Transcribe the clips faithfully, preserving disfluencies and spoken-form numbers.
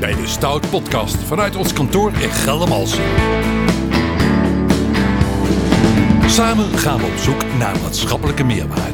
bij de Stout Podcast vanuit ons kantoor in Geldermalsen. Samen gaan we op zoek naar maatschappelijke meerwaarde.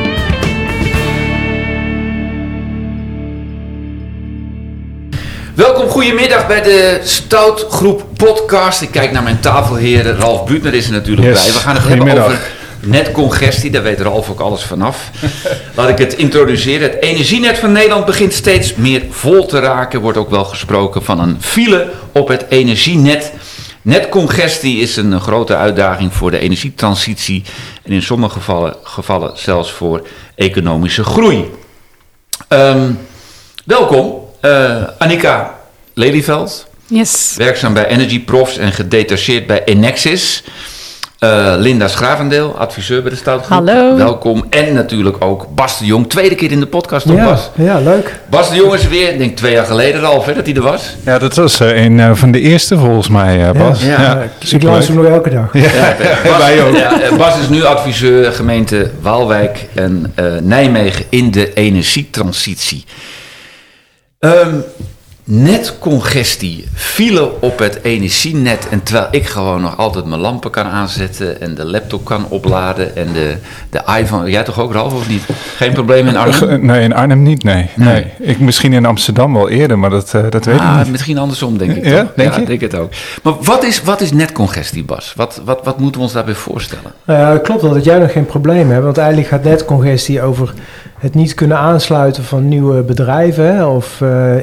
Welkom, goedemiddag bij de Stout Groep Podcast. Ik kijk naar mijn tafelheren. Ralf Buutner is er natuurlijk yes, bij. We gaan het hebben over netcongestie. Daar weet Ralf ook alles vanaf. Laat ik het introduceren. Het energienet van Nederland begint steeds meer vol te raken. Er wordt ook wel gesproken van een file op het energienet. Netcongestie is een grote uitdaging voor de energietransitie. En in sommige gevallen, gevallen zelfs voor economische groei. Um, welkom. Uh, Annika Lelyveld, yes. werkzaam bij Energy Profs en gedetacheerd bij Enexis. Uh, Linda Schravendeel, adviseur bij de Stout Groep. Hallo. Welkom. En natuurlijk ook Bas de Jong, tweede keer in de podcast, toch ja, Bas? Ja, leuk. Bas de Jong is weer, ik denk twee jaar geleden al, hè, dat hij er was. Ja, dat was uh, een uh, van de eerste volgens mij, uh, Bas. Ja, ja, ja, ik luister hem nog elke dag. Ja, ja, Bas, wij ook. Ja, Bas is nu adviseur gemeente Waalwijk en uh, Nijmegen in de energietransitie. Um, netcongestie, file op het energienet. En terwijl ik gewoon nog altijd mijn lampen kan aanzetten en de laptop kan opladen en de, de iPhone. Jij toch ook, Ralf, of niet? Geen probleem in Arnhem? Nee, in Arnhem niet, nee. nee. nee. Ik misschien in Amsterdam wel eerder, maar dat, uh, dat weet ah, ik niet. Misschien andersom, denk ik. Ja, toch? denk ja, je? denk het ook. Maar wat is, wat is netcongestie, Bas? Wat, wat, wat moeten we ons daarbij voorstellen? Uh, klopt wel dat jij nog geen probleem hebt, want eigenlijk gaat netcongestie over het niet kunnen aansluiten van nieuwe bedrijven hè, of uh,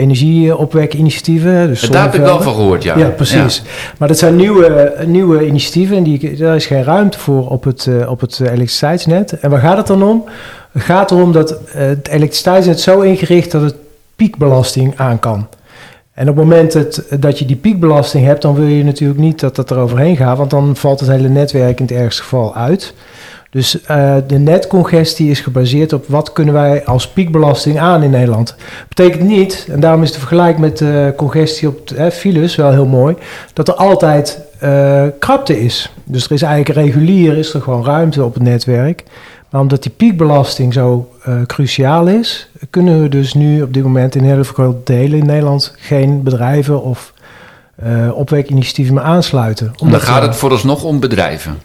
energieopwekinitiatieven. Dus daar heb ik wel van gehoord, ja. Ja, precies. Ja. Maar dat zijn nieuwe, nieuwe initiatieven en die, daar is geen ruimte voor op het, uh, op het elektriciteitsnet. En waar gaat het dan om? Het gaat erom dat uh, het elektriciteitsnet zo ingericht dat het piekbelasting aan kan. En op het moment dat, dat je die piekbelasting hebt, dan wil je natuurlijk niet dat dat er overheen gaat, want dan valt het hele netwerk in het ergste geval uit. Dus uh, de netcongestie is gebaseerd op wat kunnen wij als piekbelasting aan in Nederland. Betekent niet, en daarom is de vergelijk met uh, congestie op de, eh, files wel heel mooi, dat er altijd uh, krapte is. Dus er is eigenlijk regulier, is er gewoon ruimte op het netwerk. Maar omdat die piekbelasting zo uh, cruciaal is, kunnen we dus nu op dit moment in hele grote delen in Nederland geen bedrijven of uh, opwekinitiatieven meer aansluiten. Dan gaat het vooralsnog om bedrijven.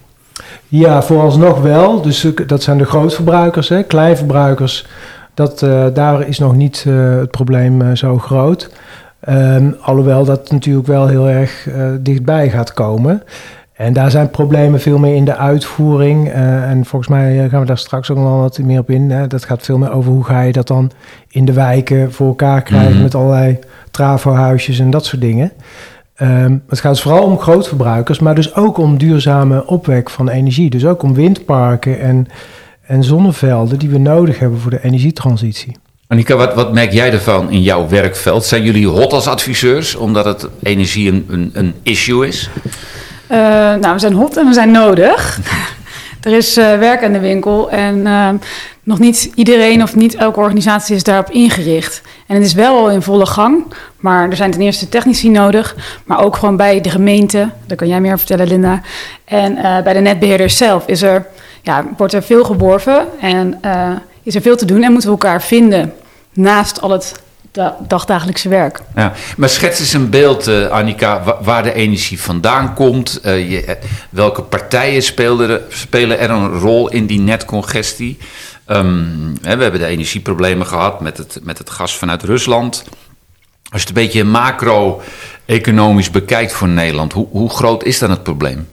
Ja, vooralsnog wel. Dus dat zijn de grootverbruikers, hè. Kleinverbruikers. Dat, uh, daar is nog niet uh, het probleem uh, zo groot. Um, alhoewel dat natuurlijk wel heel erg uh, dichtbij gaat komen. En daar zijn problemen veel meer in de uitvoering. Uh, en volgens mij gaan we daar straks ook nog wel wat meer op in. Hè. Dat gaat veel meer over hoe ga je dat dan in de wijken voor elkaar krijgen... Mm-hmm. met allerlei trafohuisjes en dat soort dingen. Um, het gaat dus vooral om grootverbruikers, maar dus ook om duurzame opwek van energie. Dus ook om windparken en, en zonnevelden die we nodig hebben voor de energietransitie. Annika, wat, wat merk jij ervan in jouw werkveld? Zijn jullie hot als adviseurs, omdat het energie een, een, een issue is? Uh, nou, we zijn hot en we zijn nodig. Er is uh, werk aan de winkel en uh, nog niet iedereen of niet elke organisatie is daarop ingericht. En het is wel al in volle gang, maar er zijn ten eerste technici nodig, maar ook gewoon bij de gemeente, daar kan jij meer vertellen, Linda. En uh, bij de netbeheerders zelf is er, ja, wordt er veel geborven en uh, is er veel te doen en moeten we elkaar vinden naast al het da- dagdagelijkse werk. Ja, maar schets eens een beeld, uh, Annika, wa- waar de energie vandaan komt. Uh, je, uh, welke partijen spelen, spelen er een rol in die netcongestie? Um, hè, we hebben de energieproblemen gehad met het, met het gas vanuit Rusland. Als je het een beetje macro-economisch bekijkt voor Nederland, hoe, hoe groot is dan het probleem?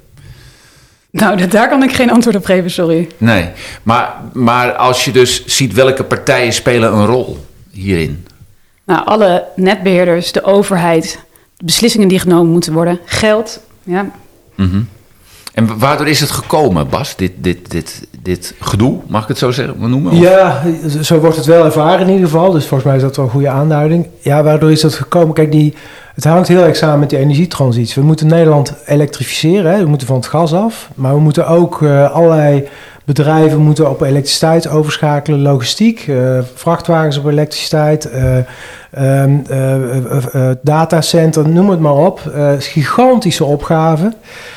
Nou, dat, daar kan ik geen antwoord op geven, sorry. Nee, maar, maar als je dus ziet welke partijen spelen een rol hierin? Nou, alle netbeheerders, de overheid, de beslissingen die genomen moeten worden, geld, ja. Mm-hmm. En waardoor is het gekomen, Bas, dit, dit, dit, dit gedoe, mag ik het zo zeggen, noemen? Of? Ja, zo wordt het wel ervaren in ieder geval. Dus volgens mij is dat wel een goede aanduiding. Ja, waardoor is dat gekomen? Kijk, die, het hangt heel erg samen met die energietransitie. We moeten Nederland elektrificeren, hè. We moeten van het gas af. Maar we moeten ook uh, allerlei bedrijven moeten op elektriciteit overschakelen. Logistiek, uh, vrachtwagens op elektriciteit, uh, um, uh, uh, uh, datacenter, noem het maar op. Uh, gigantische opgaven.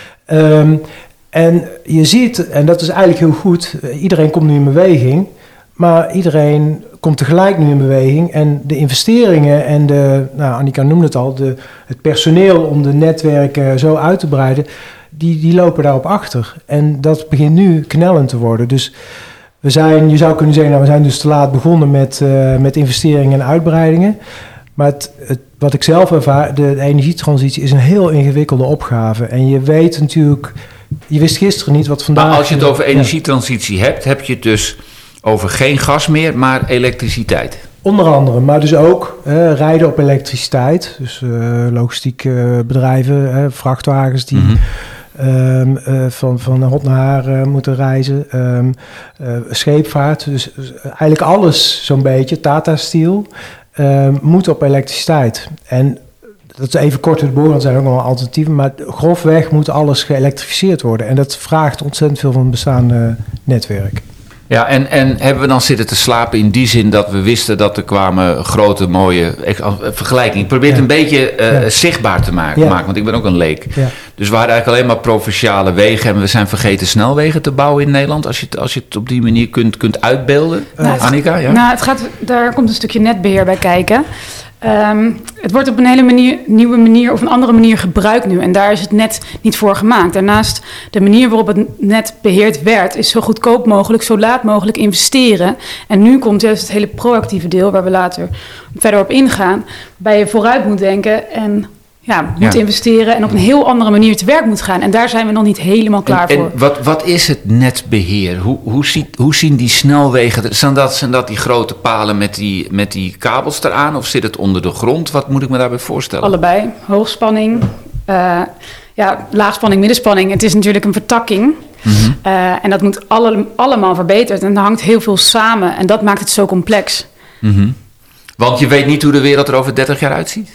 Um, en je ziet, en dat is eigenlijk heel goed, iedereen komt nu in beweging, maar iedereen komt tegelijk nu in beweging. En de investeringen en de, nou, Annika noemde het al, de, het personeel om de netwerken zo uit te breiden, die, die lopen daarop achter. En dat begint nu knellend te worden. Dus we zijn, je zou kunnen zeggen, nou, we zijn dus te laat begonnen met, uh, met investeringen en uitbreidingen. Maar het, het, wat ik zelf ervaar, de, de energietransitie is een heel ingewikkelde opgave. En je weet natuurlijk, je wist gisteren niet wat vandaag... Maar als je het over energietransitie ja. hebt, heb je het dus over geen gas meer, maar elektriciteit. Onder andere, maar dus ook uh, rijden op elektriciteit. Dus uh, logistieke bedrijven, uh, vrachtwagens die... Mm-hmm. Um, uh, van, van hot naar haar uh, moeten reizen, um, uh, scheepvaart, dus uh, eigenlijk alles zo'n beetje, Tata Steel, uh, moet op elektriciteit. En dat is even kort door de bocht, want er zijn ook nog wel alternatieven, maar grofweg moet alles geëlektrificeerd worden. En dat vraagt ontzettend veel van het bestaande netwerk. Ja, en, en hebben we dan zitten te slapen in die zin dat we wisten dat er kwamen grote, mooie vergelijkingen. Ik probeer het ja. een beetje uh, ja. zichtbaar te maken, ja. maken, want ik ben ook een leek. Ja. Dus we hadden eigenlijk alleen maar provinciale wegen en we zijn vergeten snelwegen te bouwen in Nederland. Als je het, als je het op die manier kunt, kunt uitbeelden. Nou, Annika? Ja? Nou, het gaat, daar komt een stukje netbeheer bij kijken. Um, het wordt op een hele manier, nieuwe manier of een andere manier gebruikt nu. En daar is het net niet voor gemaakt. Daarnaast, de manier waarop het net beheerd werd, is zo goedkoop mogelijk, zo laat mogelijk investeren. En nu komt juist het hele proactieve deel, waar we later verder op ingaan, waar je vooruit moet denken en ja, moet ja. investeren en op een heel andere manier te werk moet gaan. En daar zijn we nog niet helemaal klaar en, voor. En wat, wat is het netbeheer? Hoe, hoe, ziet, hoe zien die snelwegen? Zijn dat, zijn dat die grote palen met die, met die kabels eraan? Of zit het onder de grond? Wat moet ik me daarbij voorstellen? Allebei. Hoogspanning, uh, ja, laagspanning, middenspanning. Het is natuurlijk een vertakking. Mm-hmm. Uh, en dat moet alle, allemaal verbeterd. En daar hangt heel veel samen. En dat maakt het zo complex. Mm-hmm. Want je weet niet hoe de wereld er over dertig jaar uitziet?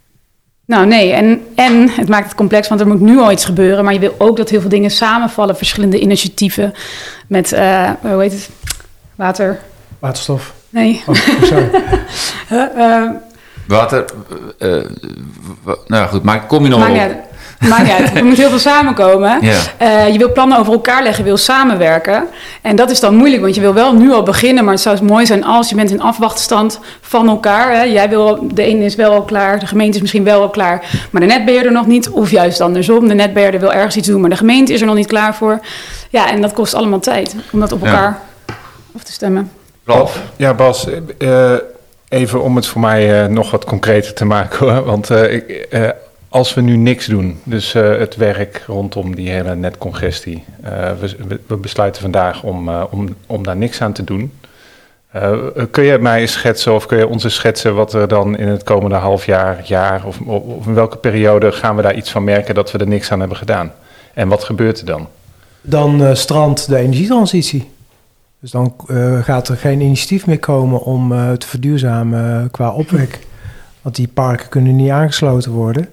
Nou nee, en, en het maakt het complex, want er moet nu al iets gebeuren. Maar je wil ook dat heel veel dingen samenvallen. Verschillende initiatieven met, uh, hoe heet het, water... Waterstof. Nee. Oh, sorry. uh, uh, Water, uh, w- nou goed, maar kom je nog wel op? Maakt niet uit. Er moet heel veel samenkomen. Ja. Uh, je wil plannen over elkaar leggen, je wil samenwerken. En dat is dan moeilijk, want je wil wel nu al beginnen. Maar het zou mooi zijn als je bent in afwachtstand van elkaar. Hè. Jij wil, de ene is wel al klaar, de gemeente is misschien wel al klaar. Maar de netbeheerder nog niet. Of juist andersom. De netbeheerder wil ergens iets doen, maar de gemeente is er nog niet klaar voor. Ja, en dat kost allemaal tijd om dat op elkaar ja. af te stemmen. Ralf? Ja, Bas, uh, even om het voor mij uh, nog wat concreter te maken, hoor. Want uh, ik... Uh, Als we nu niks doen, dus uh, het werk rondom die hele netcongestie. Uh, we, we besluiten vandaag om, uh, om, om daar niks aan te doen. Uh, kun je mij schetsen of kun je ons schetsen wat er dan in het komende half jaar, jaar... Of, of in welke periode gaan we daar iets van merken dat we er niks aan hebben gedaan? En wat gebeurt er dan? Dan uh, strandt de energietransitie. Dus dan uh, gaat er geen initiatief meer komen om uh, te verduurzamen uh, qua opwek. Want die parken kunnen niet aangesloten worden.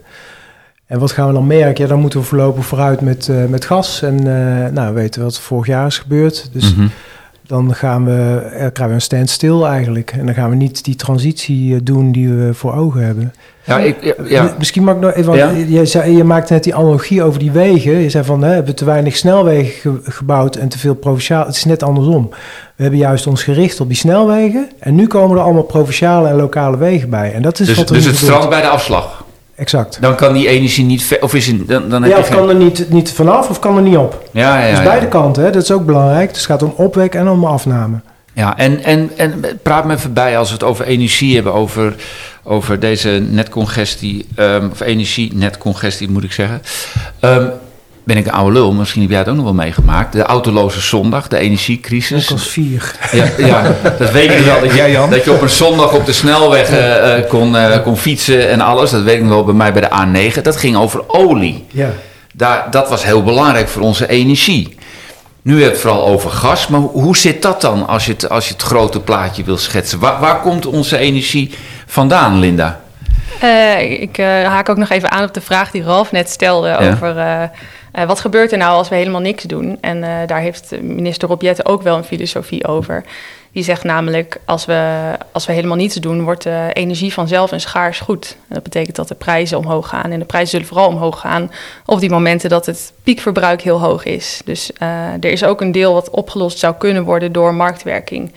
En wat gaan we dan merken? Ja, dan moeten we voorlopig vooruit met, uh, met gas. En uh, nou, we weten wat er vorig jaar is gebeurd. Dus mm-hmm. dan gaan we, uh, krijgen we een standstill eigenlijk. En dan gaan we niet die transitie uh, doen die we voor ogen hebben. Ja, ik, ja, ja. Misschien mag ik nog even... Ja? Je, zei, je maakte net die analogie over die wegen. Je zei van, hè, we hebben te weinig snelwegen ge- gebouwd en te veel provinciaal. Het is net andersom. We hebben juist ons gericht op die snelwegen. En nu komen er allemaal provinciale en lokale wegen bij. En dat is dus wat er dus het strandt bij de afslag? Exact. Dan kan die energie niet... Ver, of is het, dan, dan heb ja, je of geen... kan er niet, niet vanaf of kan er niet op. Ja, ja, ja. Dus beide ja. kanten, hè, dat is ook belangrijk. Dus het gaat om opwek en om afname. Ja, en, en, en praat me even bij als we het over energie hebben, over, over deze netcongestie, um, of energie-netcongestie moet ik zeggen. Um, ben ik een oude lul, misschien heb jij het ook nog wel meegemaakt. De autoloze zondag, de energiecrisis. Ik was vier. Ja, ja, dat weet ik wel. Dat je, dat je op een zondag op de snelweg uh, kon, uh, kon fietsen en alles. Dat weet ik wel bij mij bij de A negen. Dat ging over olie. Ja. Daar, dat was heel belangrijk voor onze energie. Nu heb je het vooral over gas, maar hoe zit dat dan als je het, als je het grote plaatje wil schetsen? Waar, waar komt onze energie vandaan, Linda? Uh, ik uh, haak ook nog even aan op de vraag die Ralf net stelde ja. over... Uh, Uh, wat gebeurt er nou als we helemaal niks doen? En uh, daar heeft minister Rob Jetten ook wel een filosofie over. Die zegt namelijk, als we, als we helemaal niets doen, wordt de energie vanzelf een schaars goed. En dat betekent dat de prijzen omhoog gaan. En de prijzen zullen vooral omhoog gaan op die momenten dat het piekverbruik heel hoog is. Dus uh, er is ook een deel wat opgelost zou kunnen worden door marktwerking.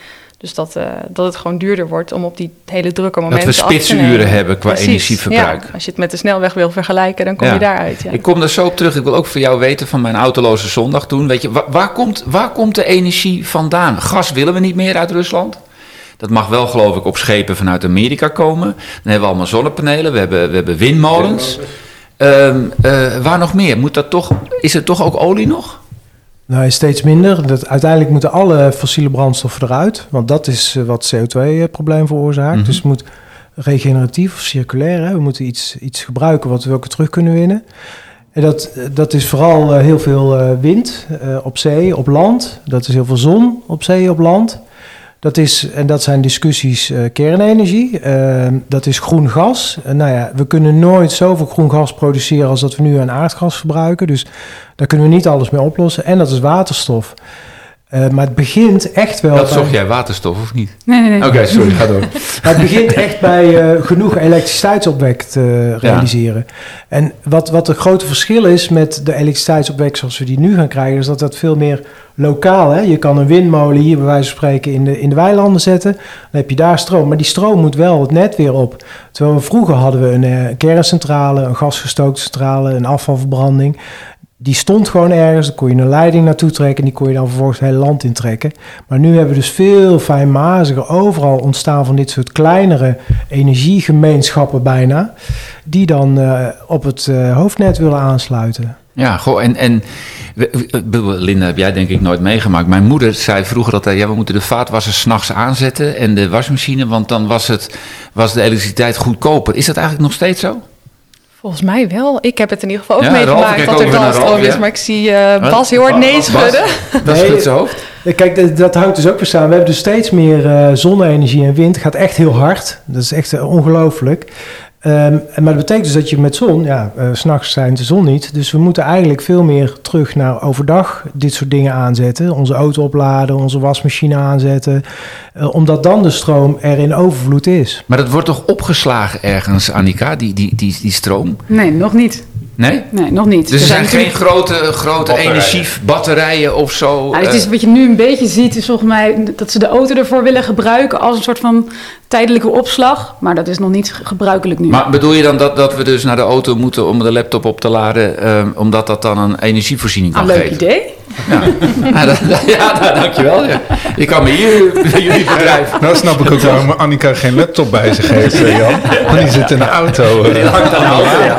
Dus dat, uh, dat het gewoon duurder wordt om op die hele drukke momenten af te nemen. Dat we spitsuren hebben qua Precies, energieverbruik. Ja, als je het met de snelweg wil vergelijken, dan kom ja. je daaruit. Ja. Ik kom daar zo op terug. Ik wil ook voor jou weten van mijn autoloze zondag toen. Weet je, waar, waar, komt, waar komt de energie vandaan? Gas willen we niet meer uit Rusland. Dat mag wel, geloof ik, op schepen vanuit Amerika komen. Dan hebben we allemaal zonnepanelen. We hebben, we hebben windmolens. Um, uh, waar nog meer? Moet dat toch, is er toch ook olie nog? Nou, steeds minder. Dat, uiteindelijk moeten alle fossiele brandstoffen eruit. Want dat is uh, wat C O twee probleem veroorzaakt. Mm-hmm. Dus het moet regeneratief of circulair. Hè. We moeten iets, iets gebruiken wat we ook weer terug kunnen winnen. En dat, dat is vooral uh, heel veel uh, wind uh, op zee, op land. Dat is heel veel zon op zee, op land. Dat is, en dat zijn discussies uh, kernenergie. Uh, dat is groen gas. Uh, nou ja, we kunnen nooit zoveel groen gas produceren als dat we nu aan aardgas verbruiken. Dus daar kunnen we niet alles mee oplossen. En dat is waterstof. Uh, maar het begint echt wel... Dat zocht jij waterstof of niet? Nee, nee, nee. Oké, okay, sorry, ga door. Maar het begint echt bij uh, genoeg elektriciteitsopwek te realiseren. Ja. En wat, wat het grote verschil is met de elektriciteitsopwek zoals we die nu gaan krijgen, is dat dat veel meer lokaal is. Je kan een windmolen hier bij wijze van spreken in de, in de weilanden zetten. Dan heb je daar stroom. Maar die stroom moet wel het net weer op. Terwijl we vroeger hadden we een uh, kerncentrale, een gasgestookte centrale, een afvalverbranding. Die stond gewoon ergens, daar kon je een leiding naartoe trekken en die kon je dan vervolgens het hele land intrekken. Maar nu hebben we dus veel fijnmaziger overal ontstaan van dit soort kleinere energiegemeenschappen bijna, die dan uh, op het uh, hoofdnet willen aansluiten. Ja, goh, en, en Linda, heb jij denk ik nooit meegemaakt. Mijn moeder zei vroeger altijd, ja, we moeten de vaatwasser 's nachts aanzetten en de wasmachine, want dan was, het, was de elektriciteit goedkoper. Is dat eigenlijk nog steeds zo? Volgens mij wel. Ik heb het in ieder geval ook ja, meegemaakt Ralf, dat er dalstroom is. Ja. Maar ik zie uh, Bas heel hard nee schudden. Dat schudt zijn hoofd. Kijk, dat, dat hangt dus ook weer samen. We hebben dus steeds meer uh, zonne-energie en wind. Het gaat echt heel hard. Dat is echt uh, ongelooflijk. Um, maar dat betekent dus dat je met zon... Ja, uh, 's nachts schijnt de zon niet. Dus we moeten eigenlijk veel meer terug naar overdag dit soort dingen aanzetten. Onze auto opladen, onze wasmachine aanzetten. Uh, omdat dan de stroom er in overvloed is. Maar dat wordt toch opgeslagen ergens, Annika, die, die, die, die stroom? Nee, nog niet. Nee? Nee, nog niet. Dus er zijn, zijn geen grote, grote energiebatterijen of zo? Nou, het is, wat je nu een beetje ziet is volgens mij dat ze de auto ervoor willen gebruiken als een soort van tijdelijke opslag. Maar dat is nog niet gebruikelijk nu. Maar bedoel je dan dat, dat we dus naar de auto moeten om de laptop op te laden, um, omdat dat dan een energievoorziening kan ah, geven? Leuk idee. Ja, ja, dat, ja nou, dankjewel. Ja. Je kan me hier bij jullie bedrijf. Nou snap ik ook waarom Annika geen laptop bij zich heeft, Jan. Want die zit in de auto. Die hangt aan de auto, ja.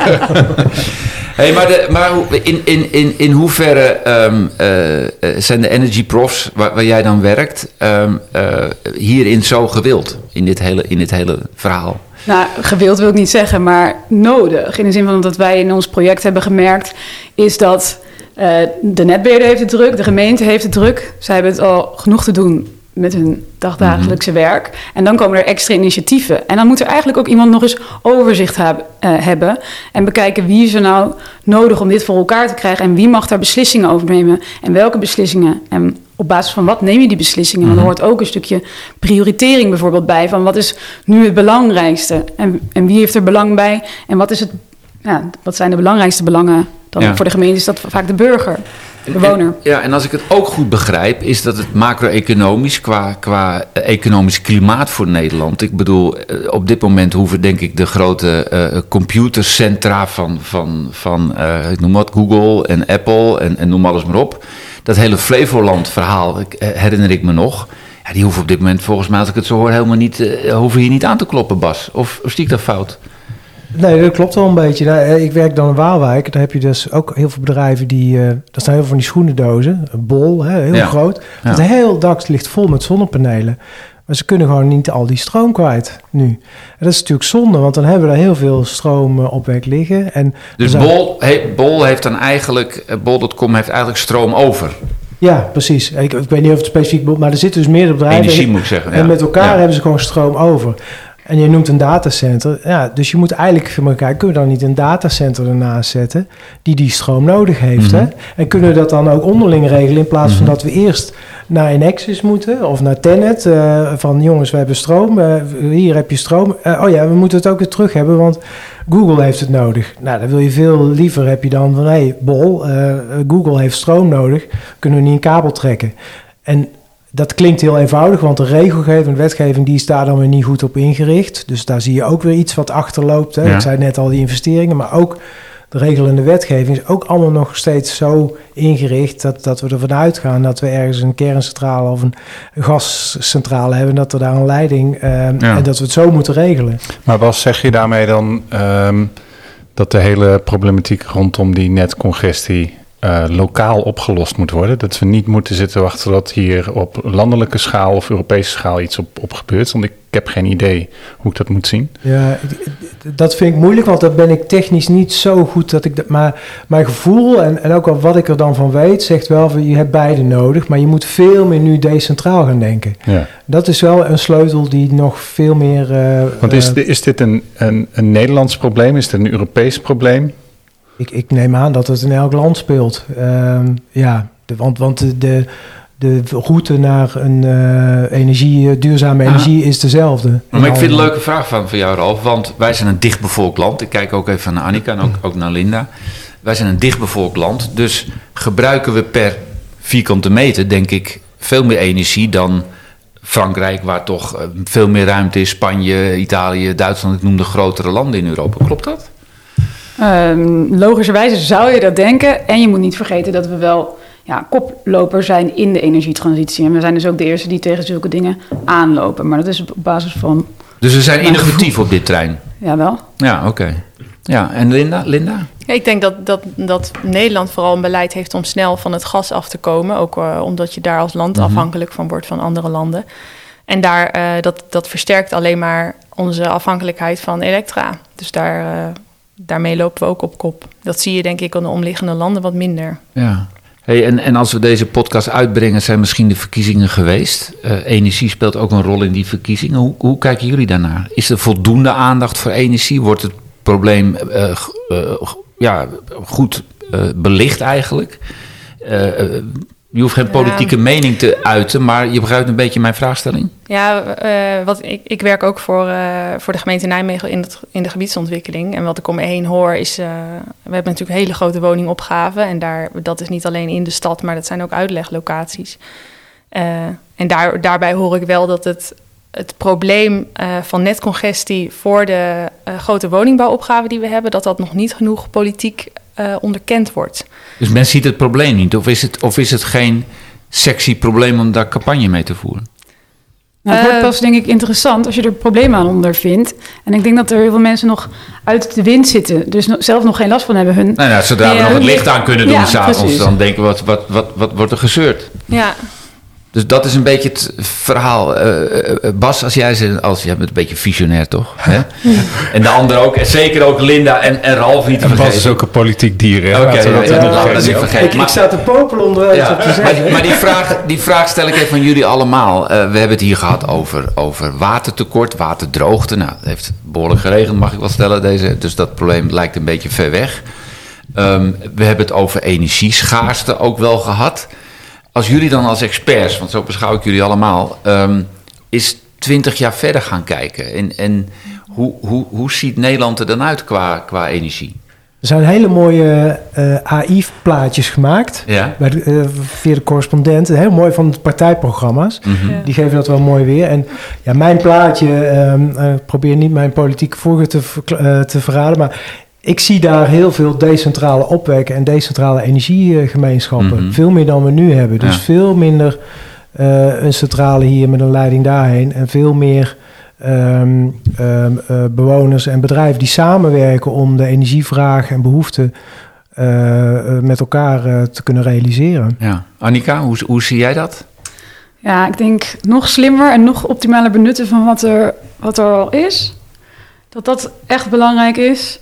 Hey, maar de, maar in, in, in, in hoeverre um, uh, zijn de energy profs waar, waar jij dan werkt um, uh, hierin zo gewild in dit hele, in dit hele verhaal? Nou, gewild wil ik niet zeggen, maar nodig. In de zin van dat wij in ons project hebben gemerkt, is dat uh, de netbeheerder heeft het druk, de gemeente heeft het druk. Zij hebben het al genoeg te doen met hun dagdagelijkse mm-hmm. werk. En dan komen er extra initiatieven. En dan moet er eigenlijk ook iemand nog eens overzicht heb, uh, hebben. En bekijken wie is er nou nodig om dit voor elkaar te krijgen. En wie mag daar beslissingen over nemen. En welke beslissingen. En op basis van wat neem je die beslissingen. Mm-hmm. Want er hoort ook een stukje prioritering bijvoorbeeld bij. Van wat is nu het belangrijkste. En, en wie heeft er belang bij. En wat, is het, ja, wat zijn de belangrijkste belangen. Dan ja. Voor de gemeente is dat vaak de burger. Bewoner. En, ja, en als ik het ook goed begrijp, is dat het macro-economisch qua, qua economisch klimaat voor Nederland. Ik bedoel, op dit moment hoeven denk ik de grote uh, computercentra van, van, van uh, ik noem wat, Google en Apple en, en noem alles maar op. Dat hele Flevoland verhaal ik, uh, herinner ik me nog. Ja, die hoeven op dit moment volgens mij, als ik het zo hoor, helemaal niet, uh, hoeven hier niet aan te kloppen, Bas. Of, of zie ik dat fout? Nee, dat klopt wel een beetje. Nou, ik werk dan in Waalwijk. Daar heb je dus ook heel veel bedrijven die... Uh, dat zijn heel veel van die schoenendozen. Een bol, hè, heel ja. groot. Ja. Het hele dak ligt vol met zonnepanelen. Maar ze kunnen gewoon niet al die stroom kwijt nu. En dat is natuurlijk zonde, want dan hebben we daar heel veel stroom uh, op weg liggen. En dus zijn... Bol, he, Bol heeft dan eigenlijk... Uh, bol punt com heeft eigenlijk stroom over. Ja, precies. Ik, ik weet niet of het specifiek... Maar er zitten dus meerdere bedrijven... Energie moet ik zeggen. En ja. met elkaar ja. hebben ze gewoon stroom over. En je noemt een datacenter. Ja, dus je moet eigenlijk van elkaar... Kunnen we dan niet een datacenter ernaast zetten... die die stroom nodig heeft? Mm-hmm. Hè? En kunnen we dat dan ook onderling regelen... in plaats mm-hmm. van dat we eerst naar Enexis moeten... of naar Tennet... Uh, van jongens, we hebben stroom. Uh, hier heb je stroom. Uh, oh ja, we moeten het ook weer terug hebben... want Google heeft het nodig. Nou, dan wil je veel liever... heb je dan van... hé, hey, Bol, uh, Google heeft stroom nodig... kunnen we niet een kabel trekken. En... dat klinkt heel eenvoudig, want de regelgeving, de wetgeving, die is daar dan weer niet goed op ingericht. Dus daar zie je ook weer iets wat achterloopt. Hè? Ja. Ik zei net al, die investeringen, maar ook de regelende wetgeving is ook allemaal nog steeds zo ingericht dat, dat we ervan uitgaan dat we ergens een kerncentrale of een gascentrale hebben, dat er daar een leiding uh, ja. en dat we het zo moeten regelen. Maar Bas, zeg je daarmee dan um, dat de hele problematiek rondom die netcongestie Uh, lokaal opgelost moet worden? Dat we niet moeten zitten wachten dat hier op landelijke schaal of Europese schaal iets op, op gebeurt? Want ik heb geen idee hoe ik dat moet zien. Ja, dat vind ik moeilijk, want daar ben ik technisch niet zo goed dat ik dat. Maar mijn gevoel en, en ook al wat ik er dan van weet, zegt wel van je hebt beide nodig, maar je moet veel meer nu decentraal gaan denken. Ja. Dat is wel een sleutel die nog veel meer. Uh, want is, uh, is dit een, een, een Nederlands probleem? Is dit een Europees probleem? Ik, ik neem aan dat het in elk land speelt. Uh, ja, de, want, want de, de, de route naar een uh, energie, duurzame energie ah. is dezelfde. Maar ik vind het een leuke vraag van, van jou, Ralf. Want wij zijn een dichtbevolkt land. Ik kijk ook even naar Annika en ook, ook naar Linda. Wij zijn een dichtbevolkt land. Dus gebruiken we per vierkante meter, denk ik, veel meer energie dan Frankrijk, waar toch veel meer ruimte is. Spanje, Italië, Duitsland. Ik noem de grotere landen in Europa. Klopt dat? Um, logischerwijze zou je dat denken. En je moet niet vergeten dat we wel ja, koploper zijn in de energietransitie. En we zijn dus ook de eerste die tegen zulke dingen aanlopen. Maar dat is op basis van. Dus we zijn innovatief op dit terrein? Jawel. Ja, oké. Okay. Ja, en Linda? Linda? Ja, ik denk dat, dat, dat Nederland vooral een beleid heeft om snel van het gas af te komen. Ook uh, omdat je daar als land mm-hmm. afhankelijk van wordt van andere landen. En daar, uh, dat, dat versterkt alleen maar onze afhankelijkheid van elektra. Dus daar. Uh, Daarmee lopen we ook op kop. Dat zie je denk ik aan de omliggende landen wat minder. Ja. Hey, en, en als we deze podcast uitbrengen, zijn misschien de verkiezingen geweest. Uh, energie speelt ook een rol in die verkiezingen. Hoe, hoe kijken jullie daarnaar? Is er voldoende aandacht voor energie? Wordt het probleem uh, uh, ja, goed uh, belicht eigenlijk? Uh, uh, Je hoeft geen politieke ja. mening te uiten, maar je begrijpt een beetje mijn vraagstelling? Ja, uh, wat ik, ik werk ook voor, uh, voor de gemeente Nijmegen in, het, in de gebiedsontwikkeling. En wat ik om me heen hoor is, uh, we hebben natuurlijk hele grote woningopgaven. En daar, dat is niet alleen in de stad, maar dat zijn ook uitleglocaties. Uh, en daar, daarbij hoor ik wel dat het, het probleem uh, van netcongestie voor de uh, grote woningbouwopgaven die we hebben, dat dat nog niet genoeg politiek uh, onderkend wordt. Dus men ziet het probleem niet? Of is het, of is het geen sexy probleem om daar campagne mee te voeren? Nou, het wordt pas denk ik interessant als je er problemen aan ondervindt. En ik denk dat er heel veel mensen nog uit de wind zitten. Dus no- zelf nog geen last van hebben. Hun, nou, nou, zodra we nog het licht aan kunnen doen ja, s'avonds, dan denken we, wat, wat, wat, wat wordt er gezeurd? Ja. Dus dat is een beetje het verhaal. Uh, uh, Bas, als jij ze, als jij bent een beetje visionair, toch? Hè? En de anderen ook, en zeker ook Linda en, en Ralf niet te vergeten. Bas is ook een politiek dier, Oké, okay, ja, ja, ja, laten we dat niet vergeten. Ik, ik sta te popelen om er ja, te zeggen. Maar, maar die, vraag, die vraag stel ik even aan jullie allemaal. Uh, we hebben het hier gehad over, over watertekort, waterdroogte. Nou, het heeft behoorlijk geregend, mag ik wel stellen. Deze, dus dat probleem lijkt een beetje ver weg. Um, we hebben het over energieschaarste ook wel gehad. Als jullie dan als experts, want zo beschouw ik jullie allemaal, um, is twintig jaar verder gaan kijken. En, en hoe, hoe, hoe ziet Nederland er dan uit qua, qua energie? Er zijn hele mooie uh, A I-plaatjes gemaakt ja. bij de, uh, via de correspondenten. Heel mooi van de partijprogramma's. Mm-hmm. Ja. Die geven dat wel mooi weer. En ja, mijn plaatje, um, uh, ik probeer niet mijn politieke voorkeur te, uh, te verraden, maar ik zie daar heel veel decentrale opwekken en decentrale energiegemeenschappen. Mm-hmm. Veel meer dan we nu hebben. Dus ja. veel minder uh, een centrale hier met een leiding daarheen. En veel meer um, um, uh, bewoners en bedrijven die samenwerken om de energievraag en behoeften uh, uh, met elkaar uh, te kunnen realiseren. Ja. Annika, hoe, hoe zie jij dat? Ja, ik denk nog slimmer en nog optimaler benutten van wat er, wat er al is. Dat dat echt belangrijk is.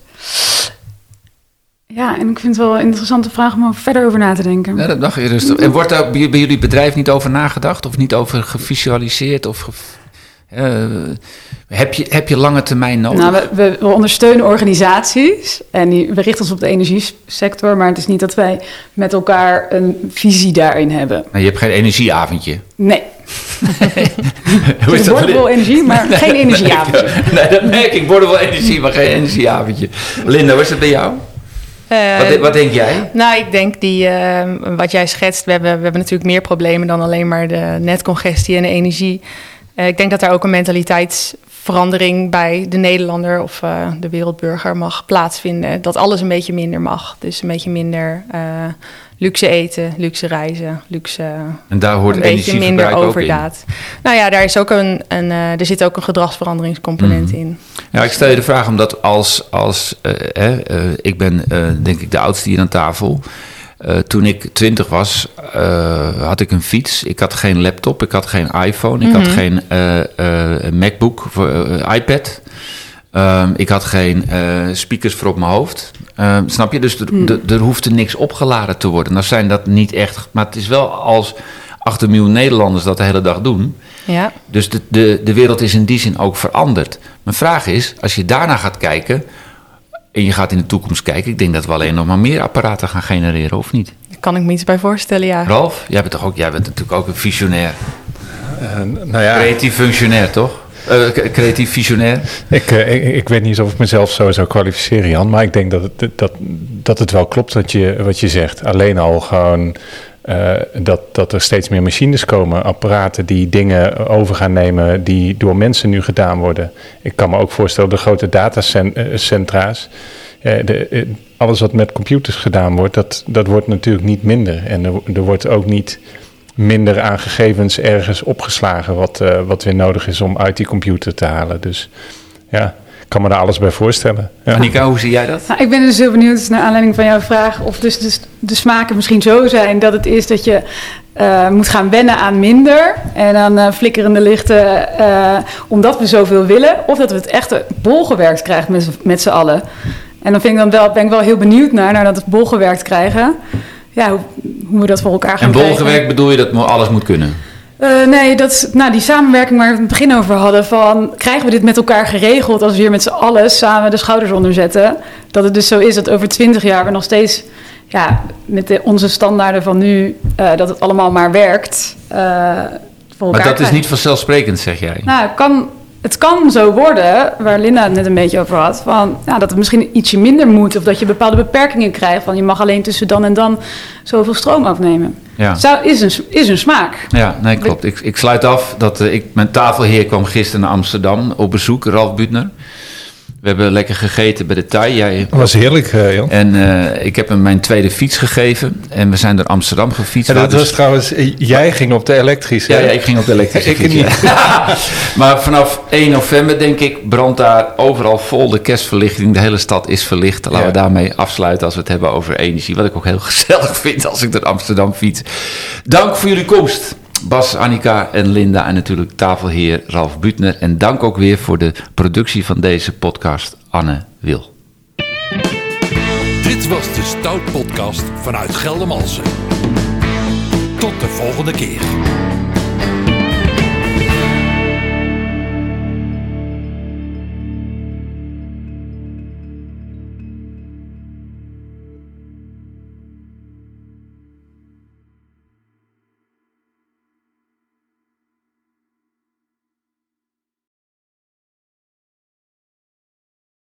Ja, en ik vind het wel een interessante vraag om er verder over na te denken. Ja, dat dacht je rustig. En wordt daar bij jullie bedrijf niet over nagedacht? Of niet over gevisualiseerd? Of ge, uh, heb, je, heb je lange termijn nodig? Nou, we, we, we ondersteunen organisaties. En die, we richten ons op de energiesector. Maar het is niet dat wij met elkaar een visie daarin hebben. Nou, je hebt geen energieavondje? Nee. Hoe is dat? Boordevol energie, maar nee, geen energieavondje. Nee, nee, dat merk ik. Boordevol energie, maar geen energieavondje. Linda, hoe is het bij jou? Uh, wat, wat denk jij? Nou, ik denk die, uh, wat jij schetst, we hebben, we hebben natuurlijk meer problemen dan alleen maar de netcongestie en de energie. Uh, ik denk dat daar ook een mentaliteitsverandering bij de Nederlander of uh, de wereldburger mag plaatsvinden. Dat alles een beetje minder mag. Dus een beetje minder uh, luxe eten, luxe reizen, luxe. En daar hoort een beetje minder overdaad. In. Nou ja, daar is ook een, een uh, er zit ook een gedragsveranderingscomponent mm. in. Ja, ik stel je de vraag omdat als, als uh, uh, uh, ik ben uh, denk ik de oudste hier aan tafel. Uh, toen ik twintig was, uh, had ik een fiets. Ik had geen laptop, ik had geen iPhone, ik mm-hmm. had geen uh, uh, MacBook, uh, iPad. Um, ik had geen uh, speakers voor op mijn hoofd. Uh, snap je? Dus er hoefde niks opgeladen te worden. Nou zijn dat niet echt... Maar het is wel als acht miljoen Nederlanders dat de hele dag doen. Ja. Dus de, de, de wereld is in die zin ook veranderd. Mijn vraag is, als je daarna gaat kijken... en je gaat in de toekomst kijken... ik denk dat we alleen nog maar meer apparaten gaan genereren, of niet? Daar kan ik me iets bij voorstellen, ja. Ralf, jij bent, toch ook, jij bent natuurlijk ook een visionair. Uh, nou ja. Creatief functionair, toch? Uh, creatief visionair? Ik, uh, ik, ik weet niet of ik mezelf zo zou kwalificeren, Jan. Maar ik denk dat het, dat, dat het wel klopt wat je, wat je zegt. Alleen al gewoon uh, dat, dat er steeds meer machines komen. Apparaten die dingen over gaan nemen die door mensen nu gedaan worden. Ik kan me ook voorstellen de grote datacentra's. Uh, de, uh, alles wat met computers gedaan wordt, dat, dat wordt natuurlijk niet minder. En er, er wordt ook niet... minder aan gegevens ergens opgeslagen... Wat, uh, wat weer nodig is om uit die computer te halen. Dus ja, ik kan me daar alles bij voorstellen. Ja. Annika, hoe zie jij dat? Nou, ik ben dus heel benieuwd naar aanleiding van jouw vraag... of dus de, de smaken misschien zo zijn dat het is dat je uh, moet gaan wennen aan minder... en dan uh, flikkerende lichten uh, omdat we zoveel willen... of dat we het echt bolgewerkt krijgen met, met z'n allen. En dan vind ik dan wel, ben ik wel heel benieuwd naar... naar dat het bolgewerkt krijgen... Ja, hoe, hoe we dat voor elkaar gaan krijgen. En bolgewerkt bedoel je dat alles moet kunnen? Uh, nee, dat is, nou, die samenwerking waar we het in het begin over hadden... van krijgen we dit met elkaar geregeld... als we hier met z'n allen samen de schouders onder zetten... dat het dus zo is dat over twintig jaar we nog steeds... ja, met de, onze standaarden van nu... Uh, dat het allemaal maar werkt. Uh, voor maar dat krijgen. Is niet vanzelfsprekend, zeg jij? Nou, het kan... Het kan zo worden, waar Linda het net een beetje over had... Van, nou, dat het misschien ietsje minder moet... of dat je bepaalde beperkingen krijgt... van je mag alleen tussen dan en dan zoveel stroom afnemen. Ja. Zou, is, een, is een smaak. Ja, nee, klopt. Ik, ik sluit af dat uh, ik, mijn tafelheer kwam gisteren naar Amsterdam op bezoek, Ralf Buettner. We hebben lekker gegeten bij de Thai. Jij, dat was heerlijk, uh, Jan. En uh, ik heb hem mijn tweede fiets gegeven. En we zijn door Amsterdam gefietst. Ja, dat dus... was trouwens... Jij ging op de elektrische. Ja, ja, ik ging op de elektrische ik fiets. Niet. Ja. Maar vanaf één november, denk ik, brandt daar overal vol de kerstverlichting. De hele stad is verlicht. Laten ja. we daarmee afsluiten als we het hebben over energie. Wat ik ook heel gezellig vind als ik door Amsterdam fiets. Dank voor jullie komst. Bas, Annika en Linda en natuurlijk tafelheer Ralf Buettner. En dank ook weer voor de productie van deze podcast, Anne Wil. Dit was de Stout Podcast vanuit Geldermalsen. Tot de volgende keer.